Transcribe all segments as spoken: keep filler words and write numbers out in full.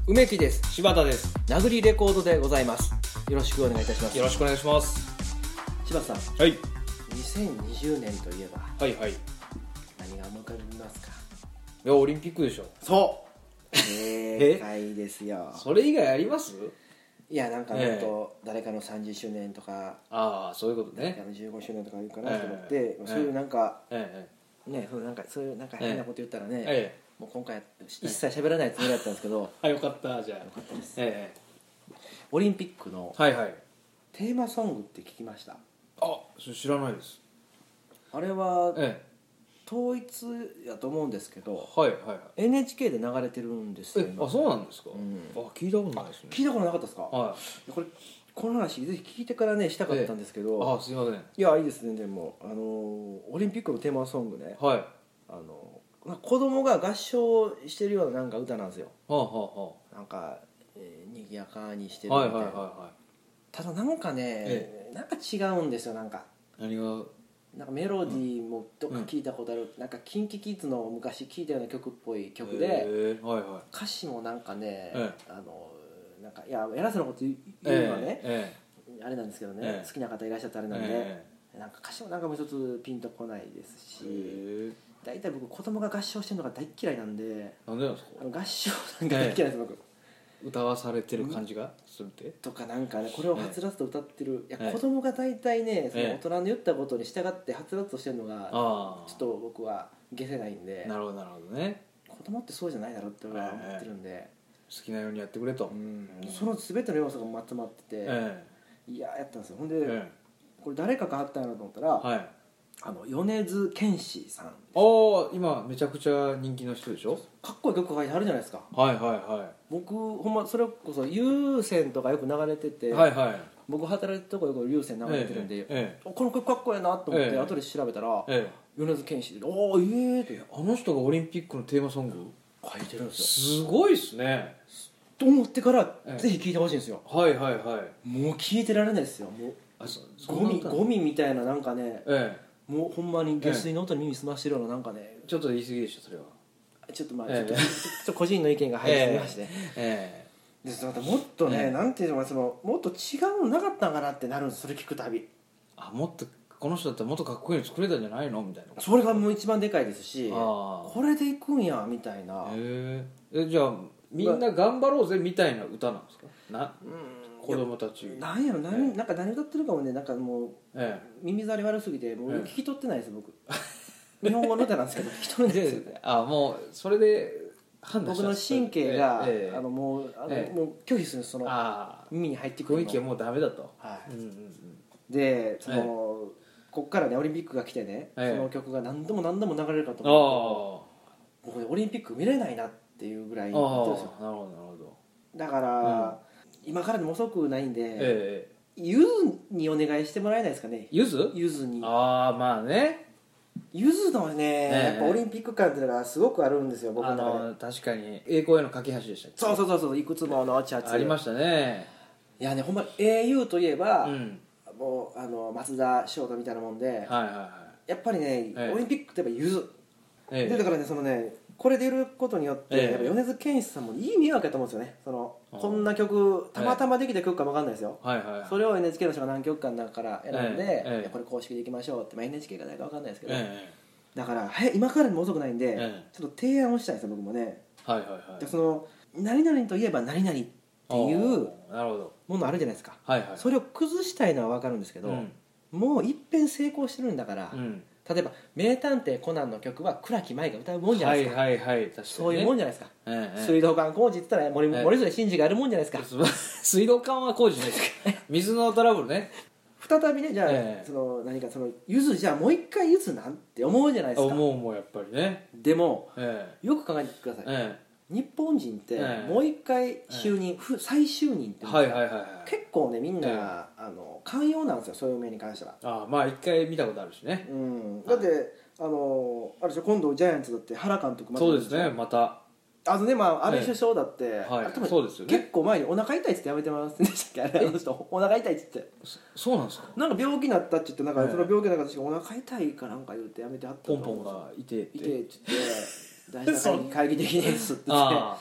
梅木です。 柴田です。 殴りレコードでございます。よろしくお願いいたします。 よろしくお願いします。 柴田さん、 はいにせんにじゅうねんといえばはいはい。い何が思い浮かびますか？ やオリンピックでしょ。 そう正解ですよ。 それ以外あります？ いやなんかもっと誰かのさんじゅっしゅうねんとか、 ああそういうこと誰かね。 のじゅうごしゅうねんとか言うかなと思って、 ええそういうなんか、 ええね、そうなんかそういうなんか変なこと言ったらね、 ええもう今回一切喋らないつもりだったんですけど、 あよかったじゃあ。 よかったです。 えオリンピックのえはいはい。 テーマソングって聞きました？ あそれ知らないです。 あれはえ統一やと思うんですけど、 えはいはいはい。 エヌエイチケー で流れてるんですよえ今。 あそうなんですか。 うんあ聞いたことないですね。 聞いたことなかったですか？ はこれこの話ぜひ聞いてからねしたかったんですけど、 い。あすいません。 いやいいですね。でもあのオリンピックのテーマソングね、 はい。はあのなんか子供が合唱してるようななんか歌なんですよ。 あはあはなんか、えー、賑やかにしてあ。はいるみたいな、 はいはいはただなんかね、 えなんか違うんですよ。なんかい。何がなんかメロディーもどっか聞いたことある、なんかキンキキッズの昔聴いたような曲っぽい曲で、 えーはいはい。 歌詞もなんかね、 えあのなんかいや偉そうなこと言うのはね、 えあれなんですけどね、 ええ好きな方いらっしゃったあれえなんで、 えなんか歌詞もなんかもう一つピンとこないですえし、大体僕子供が合唱してるのが大嫌いなんで、 なんでなんですか。 あの合唱なんか大嫌いです僕。 歌わされてる感じがするって。 とかなんかね、これをはつらつと歌ってる、いやええ子供が大体ね、そのええ大人の言ったことに従ってはつらつとしてるのがああちょっと僕は下せないんで、 なるほどなるほどね。 子供ってそうじゃないだろうって俺は思ってるんで、 好きなようにやってくれと。 うんその全ての要素がまとまってて、 えいややったんですよ。ほんで、 ええこれ誰かがあったんやろうと思ったら、 えはい。 あの米津玄師さん、 おお今めちゃくちゃ人気の人でしょ。 かっこいい曲書いてあるじゃないですか。 はいはいは僕ほんまそれこそ有線とかよく流れてて、 いはいはい。 僕働いてるとこよく有線流れてるんで、 ええこの曲かっこいいなと思って、 ええ後で調べたら、 ええ米津玄師で、おおええってあの人がオリンピックのテーマソング書いてるんですよ。 すごいっすね。 と思ってから、 ええぜひ聴いてほしいんですよ。 はいはいはいもう聴いてられないですよ。もうあそゴミそんな歌ゴミみたいななんかね、 えもうほんまに下水の音に耳澄ましてるようななんかね、 えちょっと言い過ぎでしょそれは。 ちょっとまあ、 ええちょっとちょっと個人の意見が入りすぎまして、 えでそのもっとね、 ええなんていうのかそのもっと違うのなかったんかなってなるんです。それ聞くたびえあもっとこの人だったらもっとかっこいいの作れたんじゃないのみたいな。 それがもう一番でかいですし、 ああこれでいくんやみたいな、 へええじゃあみんな頑張ろうぜみたいな歌なんですか。なうん子供たち。 なんやろ何、 ええなんか何歌ってるかもね、なんかもうえ耳障り悪すぎてもうええ聞き取ってないです僕。日本語の歌なんですけど聞き取れないですよ。 えあもうそれで判断した僕の神経が、 ええええあのもうあの、 ええもう拒否するそのああ耳に入ってくるの雰囲気はもうダメだと。 はいうんうんうんでその、こっからねオリンピックが来てね、 ええその曲が何度も何度も流れるかとあ思うあと、僕ねオリンピック見れないなっていうぐらいあなってるんですよ。 あなるほどなるほど。 だから、今からでも遅くないんで、 ええゆずにお願いしてもらえないですかね。 ゆずゆずにああまあね。 ゆずのね、 ええやっぱオリンピック感っていうのがすごくあるんですよ僕あの中で。 の確かに栄光への架け橋でしたっけ。 そうそうそうそう、いくつものチャツありましたね。 いやねほんま エーユー といえば、 うんもうあの松田翔太みたいなもんで、 はいはいはやっぱりね、 ええオリンピックといえばゆず、 い。えでだからねそのねこれで出ることによって、 ええやっぱ米津玄師さんもいい迷惑やと思うんですよね。そのあーこんな曲たまたまできた曲かも分かんないですよ、 はいはいはい。 それを エヌエイチケー の人が何曲かの中から選んで、 ええええいやこれ公式でいきましょうって、まあ、エヌエイチケー が誰か分かんないですけど、 えだからはい今からでも遅くないんで、 ええちょっと提案をしたいんですよ僕もね。 えはいはいはい。 でその何々といえば何々っていうあーなるほど。 ものあるじゃないですか。 はいはい。 それを崩したいのは分かるんですけど、 うんもういっぺん成功してるんだから、 うん例えば「名探偵コナン」の曲は倉木舞が歌うもんじゃないですか、 はいはいはい確かに、ね、 そういうもんじゃないですか、 ええええ水道管工事って言ったら森,、 ええ森添慎二がやるもんじゃないですか。 水道管は工事ないです水のトラブルね。 再びねじゃあ、 ええその何かそのゆずじゃあもう一回ゆずなんて思うじゃないですか。 思うもうやっぱりね。 でもえよく考えてください、 ええ日本人ってええもう一回就任、ふ再就任ってえいうのはいはいはいはい。 結構ねみんな、 ええあの寛容なんですよそういう面に関しては。 ああまあ一回見たことあるしね。 うん、だってあのあれでしょ今度ジャイアンツだって原監督またそうですねまた。 あとね、まあ、安倍首相だって、 ええはいあ多分そうですよね結構前にお腹痛いっつってやめてませんでしたっけあれあの人お腹痛いっつってそそうなんですか。 なんか病気になったって言ってなんかええその病気の中でお腹痛いかなんか言ってやめてはったとポン思うポンがいてっていてって言って大事な会議会議的ですって言ってあ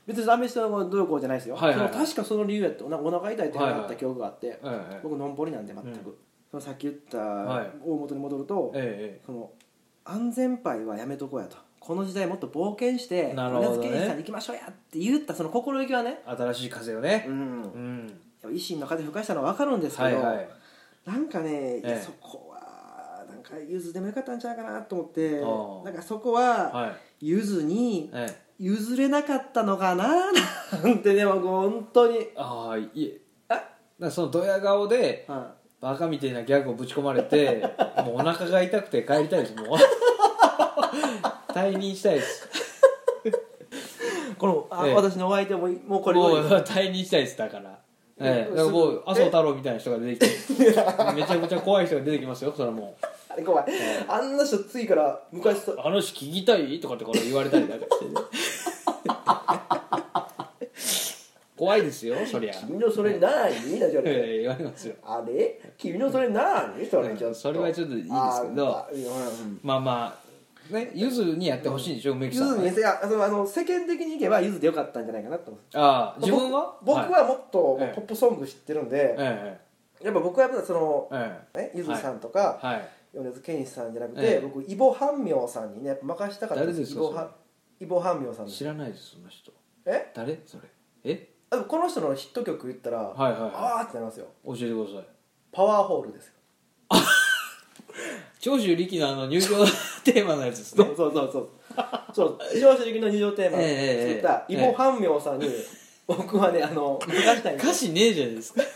別にアメフトのどういうこうじゃないですよ、 はいはいはいその確かその理由やってなんかお腹痛いってなった記憶があって、 はいはい僕のんぼりなんで全く、 うんそのさっき言ったはい大元に戻ると、 えその安全牌はやめとこうやと、この時代もっと冒険してなるほどねとりあえず検査に行きましょうやって言ったその心意気はね、 え新しい風をねうんうんやっぱ維新の風吹かしたのは分かるんですけど、 はいはいなんかね、いやええそこはなんかゆずでもよかったんちゃうかなと思ってあーなんかそこははいゆずにええ譲れなかったのかななんてね、僕本当に、 ああいえあだからそのドヤ顔ではバカみたいなギャグをぶち込まれてもうお腹が痛くて帰りたいですもう退任したいですい、このあ、 ええ私のお相手ももうこれもう無理退任したいですだから、ええ、 えだからもう麻生太郎みたいな人が出てきてめちゃくちゃ怖い人が出てきますよそれはもうあれ怖い、あんな人次から昔とあの人聞きたいとかってこれ言われたりなんかしてね怖いですよそりゃ君のそれ何みたいなええ言われますよあれ君のそれ何それちょっとそれはちょっといいですけどあいやうんまあまあねゆずにやってほしいんでしょ梅木ゆさんはねずにいやそのあの世間的にいけばゆずでよかったんじゃないかなと思うああ自分は僕僕はもっとええポップソング知ってるんで、 えやっぱ僕はやっぱその、 ええね、ゆずさんとか、 えはい米津玄師さんじゃなくて、 ええ僕イボ半明さんにねやっぱ任したかった誰ですかイボはイボ半明さんです知らないですそんな人え誰それえあこの人のヒット曲言ったら、 はいはいはあーってなりますよ。 い教えてくださいパワーホールですよ。 長州力のあの入場テーマのやつですねそうそうそうそうそう長州力の入場テーマええ作ったイボ半明さんに、僕はねあの任したいんですよ歌詞ねえじゃないですか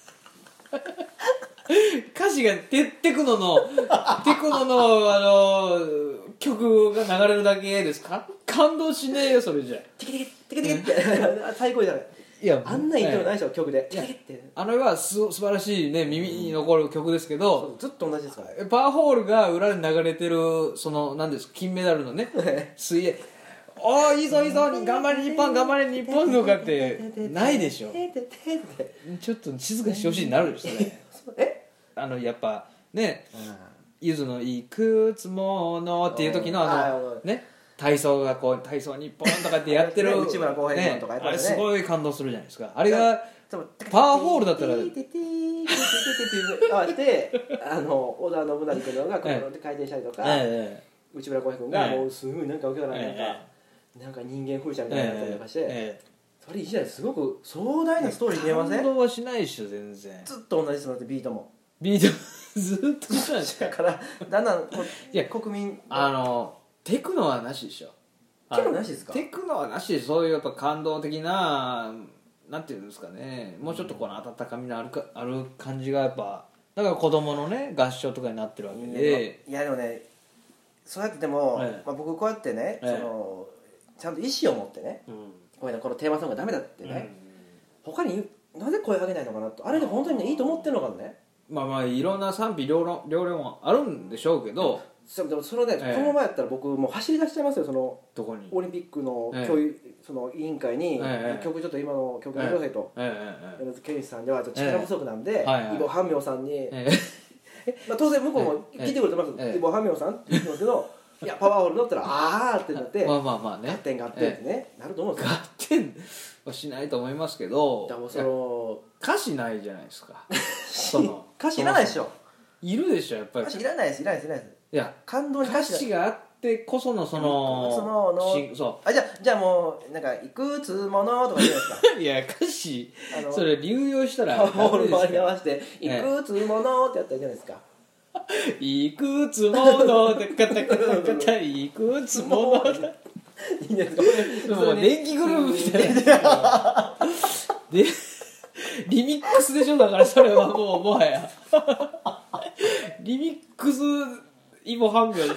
歌詞がてテクノのテクノのあの曲が流れるだけですか感動しねえよそれじゃテキテキテキテキって最高じゃないいやあんなイントロないいでしょ曲でテキテキってあれはす素晴らしいね耳に残る曲ですけど、 そうずっと同じですからパワーホールが裏に流れてるその何ですか金メダルのね水泳おーいいぞいいぞ頑張れ日本頑張れ日本とかってないでしょちょっと静かにしてほしいになるんですねえあのやっぱねゆずのいくつものっていう時のあのね体操がこう体操日本とかってやってる内村航平君とかやってたねあれすごい感動するじゃないですかあれがパワーホールだったらテテテテテテテ合わせてあの織田信成君のがこうやって回転したりとかえ内村航平君がええもうすごいなんか受けたらなんかなんか人間風車みたいになったりとかしてええそれいいじゃないすごく壮大なストーリー見えません感動はしないでしょ全然ずっと同じですのでビートもビートずっと一緒なんですかだからだんだんこういや国民あのテクノはなしでしょテクノなしですかテクノはなしでそういうやっぱ感動的ななんていうんですかねもうちょっとこの温かみのあるかある感じがやっぱだから子供のね合唱とかになってるわけで、 いやでもねそうやってでも、 ええまあ、僕こうやってね、 ええそのちゃんと意思を持ってねうんこういうのこのテーマソングがダメだってうんね、他になぜ声上げないのかなとあれで本当にねいいと思ってるのかもねまあまあいろんな賛否両論両論はあるんでしょうけどそうでもそのね、 ええこのままやったら僕もう走り出しちゃいますよそのどこにオリンピックのええ教育、その委員会に、 ええ曲ちょっと今の曲やってくださいと、 えええ米津玄師さんではちょっと力不足なんで、 ええはいはいイボ半明さんに、 えええまあ、当然向こうも聞いてくれてます、 ええイボ半明さんって言ってますけどいやパワーホール乗ったらあーってなって、 まあまあまあね合点合点ってね、なると思うんですよ合点はしないと思いますけどだからもうその歌詞ないじゃないですかその歌詞いらないでしょいるでしょやっぱり歌詞いらないですいらないですいらないですいや感動に歌詞があってこそのそのそののしそあじゃあじゃあもうなんかいくつものとか言うじゃないですかういや歌詞あのそれ流用したらパワーホール周りに合ダメわせていくつものってやったらいいじゃないですか、 ですいくつものでカタカタカタいくつものだいいんですかこれもう電気グループみたいなでリミックスでしょだからそれはもうもはやリミックスイボ半秒でしょ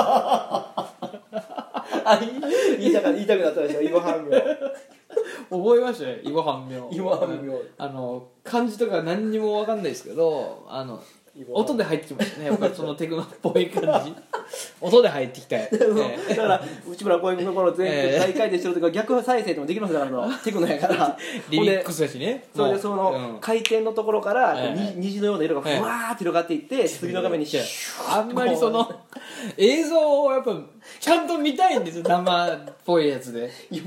あ言いたか言いたくなったでしょイボ半秒覚えましたねイボ半秒イボ半秒あの漢字とか何にも分かんないですけどあの音で入ってきましたねやっぱりそのテクノっぽい感じ音で入ってきた、ええだから内村航平君の頃全部大回転してるとか逆再生でもできますからあのテクノやからリミックスだしねそれでその回転のところからこうええに虹のような色がふわーって広がっていって次の画面にシュッあんまりその映像をやっぱちゃんと見たいんですよ、生っぽいやつで、うん、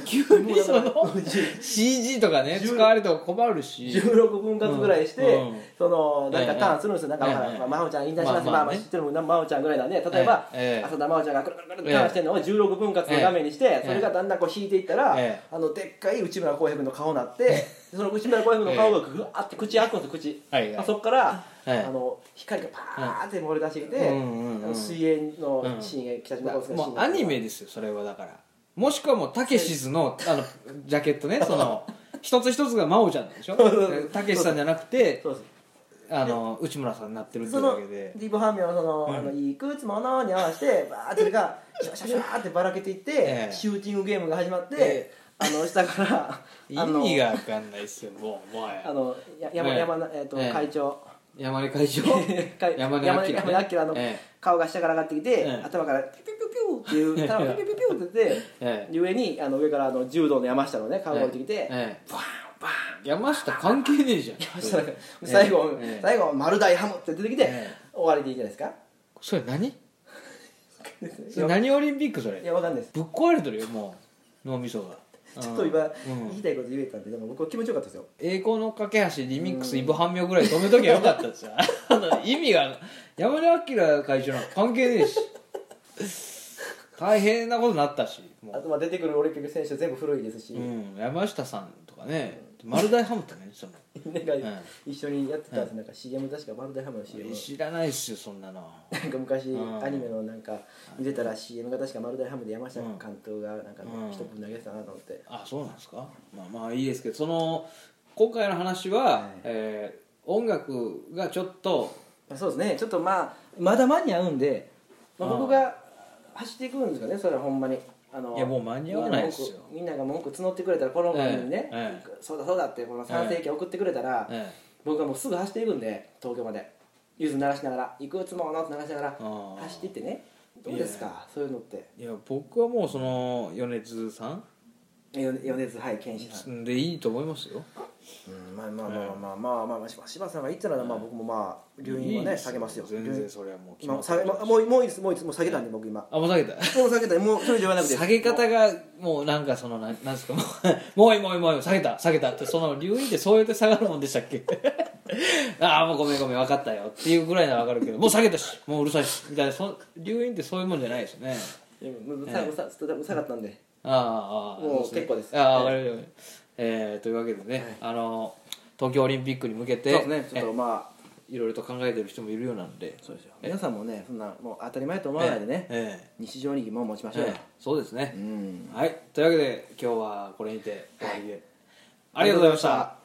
急にその シージー とかね使われても困るしじゅうろくぶん割ぐらいして、うんうん、そのなんかターンするんですよ、なんか、 ええ、 まあ、真央ちゃん引退します、まあまあ、知ってるもんな、真央ちゃんぐらいなんで、例えば、ええ、浅田真央ちゃんがくるくるくるってターンしてるのをじゅうろくぶん割の画面にして、ええ、それがだんだんこう引いていったら、ええ、あのでっかい内村航平君の顔になって、その内村航平君の顔がぐわって口開くんですよ、口、はいはい、そこから、はい、あの光がパーって漏れ出してきて、うんうんうん、あの水泳のシーンが北島康介のシーンが、 もうアニメですよそれは。だからもしくはもうたけしずのあのジャケットね、その一つ一つが真央ちゃんでしょ、たけしさんじゃなくてそうそうあの内村さんになってるっていうだけで、 ディープハンミョンのその、うん、あのいくつものに合わせてバーってそれがシャシャシャってばらけていって、ええ、シューティングゲームが始まって、ええ、あの下から意味が分かんないっすよもうもうあのや山、ええ山えーとええ、会長山根会長山根明の顔が下から上がってきて、ええ、頭からピュピュピュピュっていう頭がピュピュピュピュって出て、ええ、上にあの上からあの柔道の山下のね顔が降りてきて、ええ、バーンバーン山下関係ねえじゃん最後、ええ、最後丸大ハムって出てきて、ええ、終わりでいいじゃないですか。 それ何それ何オリンピックそれ。 いやわかんないです。 ぶっ壊れてるよもう脳みそがちょっと今、うん、言いたいこと言えたんで、でも僕は気持ちよかったですよ。 栄光の架け橋リミックスイブ半秒ぐらい止めときゃよかったですよあの意味が山田明会長なんか関係ねえし大変なことになったし、 もうあとまあ出てくるオリンピック選手全部古いですし、 うん、山下さんとかね、うん、丸大ハムってねそのなんか、うん、一緒にやってたんです、うん、なんか シーエム 確か丸大ハムの シーエム知らないっすよそんなのなんか昔、うん、アニメのなんか見てたら シーエム が確か丸大ハムで山下監督がなんか一分投げてたなと思って、 うん、あそうなんですか。まあまあいいですけど、その今回の話は、はい、えー、音楽がちょっとそうですね、ちょっとまあまだ間に合うんで、まあ、僕が走っていくんですかね、それはほんまに。あのいやもう間に合わないですよ。 みんなが文句募ってくれたらこの番組にね、ええ、そうだそうだってこの賛成意見送ってくれたら、ええ、僕はもうすぐ走っていくんで、東京までゆず鳴らしながらいくつものって鳴らしながら走っていってね。どうですかそういうのって。 いや僕はもうその米津さん米津はい健志さんでいいと思いますよ。 うん、まあまあまあまあまあまあまあ、まあ、柴さんが言ったら、まあ、僕もまあ留飲をね下げますよ。 全然それはもう決まってます。もうもういいですもういいですもう下げたんで僕今。 あもう下げた。 もう下げたもうそれで言わなくて。 下げ方がもうなんかそのなんなんですかもうもういいもういいもういい下げた下げたってその留飲ってそうやって下がるもんでしたっけああもうごめんごめん分かったよっていうぐらいなら分かるけどもう下げたしもううるさいしみたいなそ留飲ってそういうもんじゃないですよね。 いやもう下がったんで。 ああもう結構です。 ああ分かる。えー、というわけでね、はい、あの東京オリンピックに向けてそうですねちょっとまあいろいろと考えてる人もいるようなんで、 そうですよ皆さんもねそんなもう当たり前と思わないでね、ええ、日常に疑問を持ちましょうよ、ええ、 そうですね、 うん、 はいというわけで今日はこれにて終わりで、はい、ありがとうございました。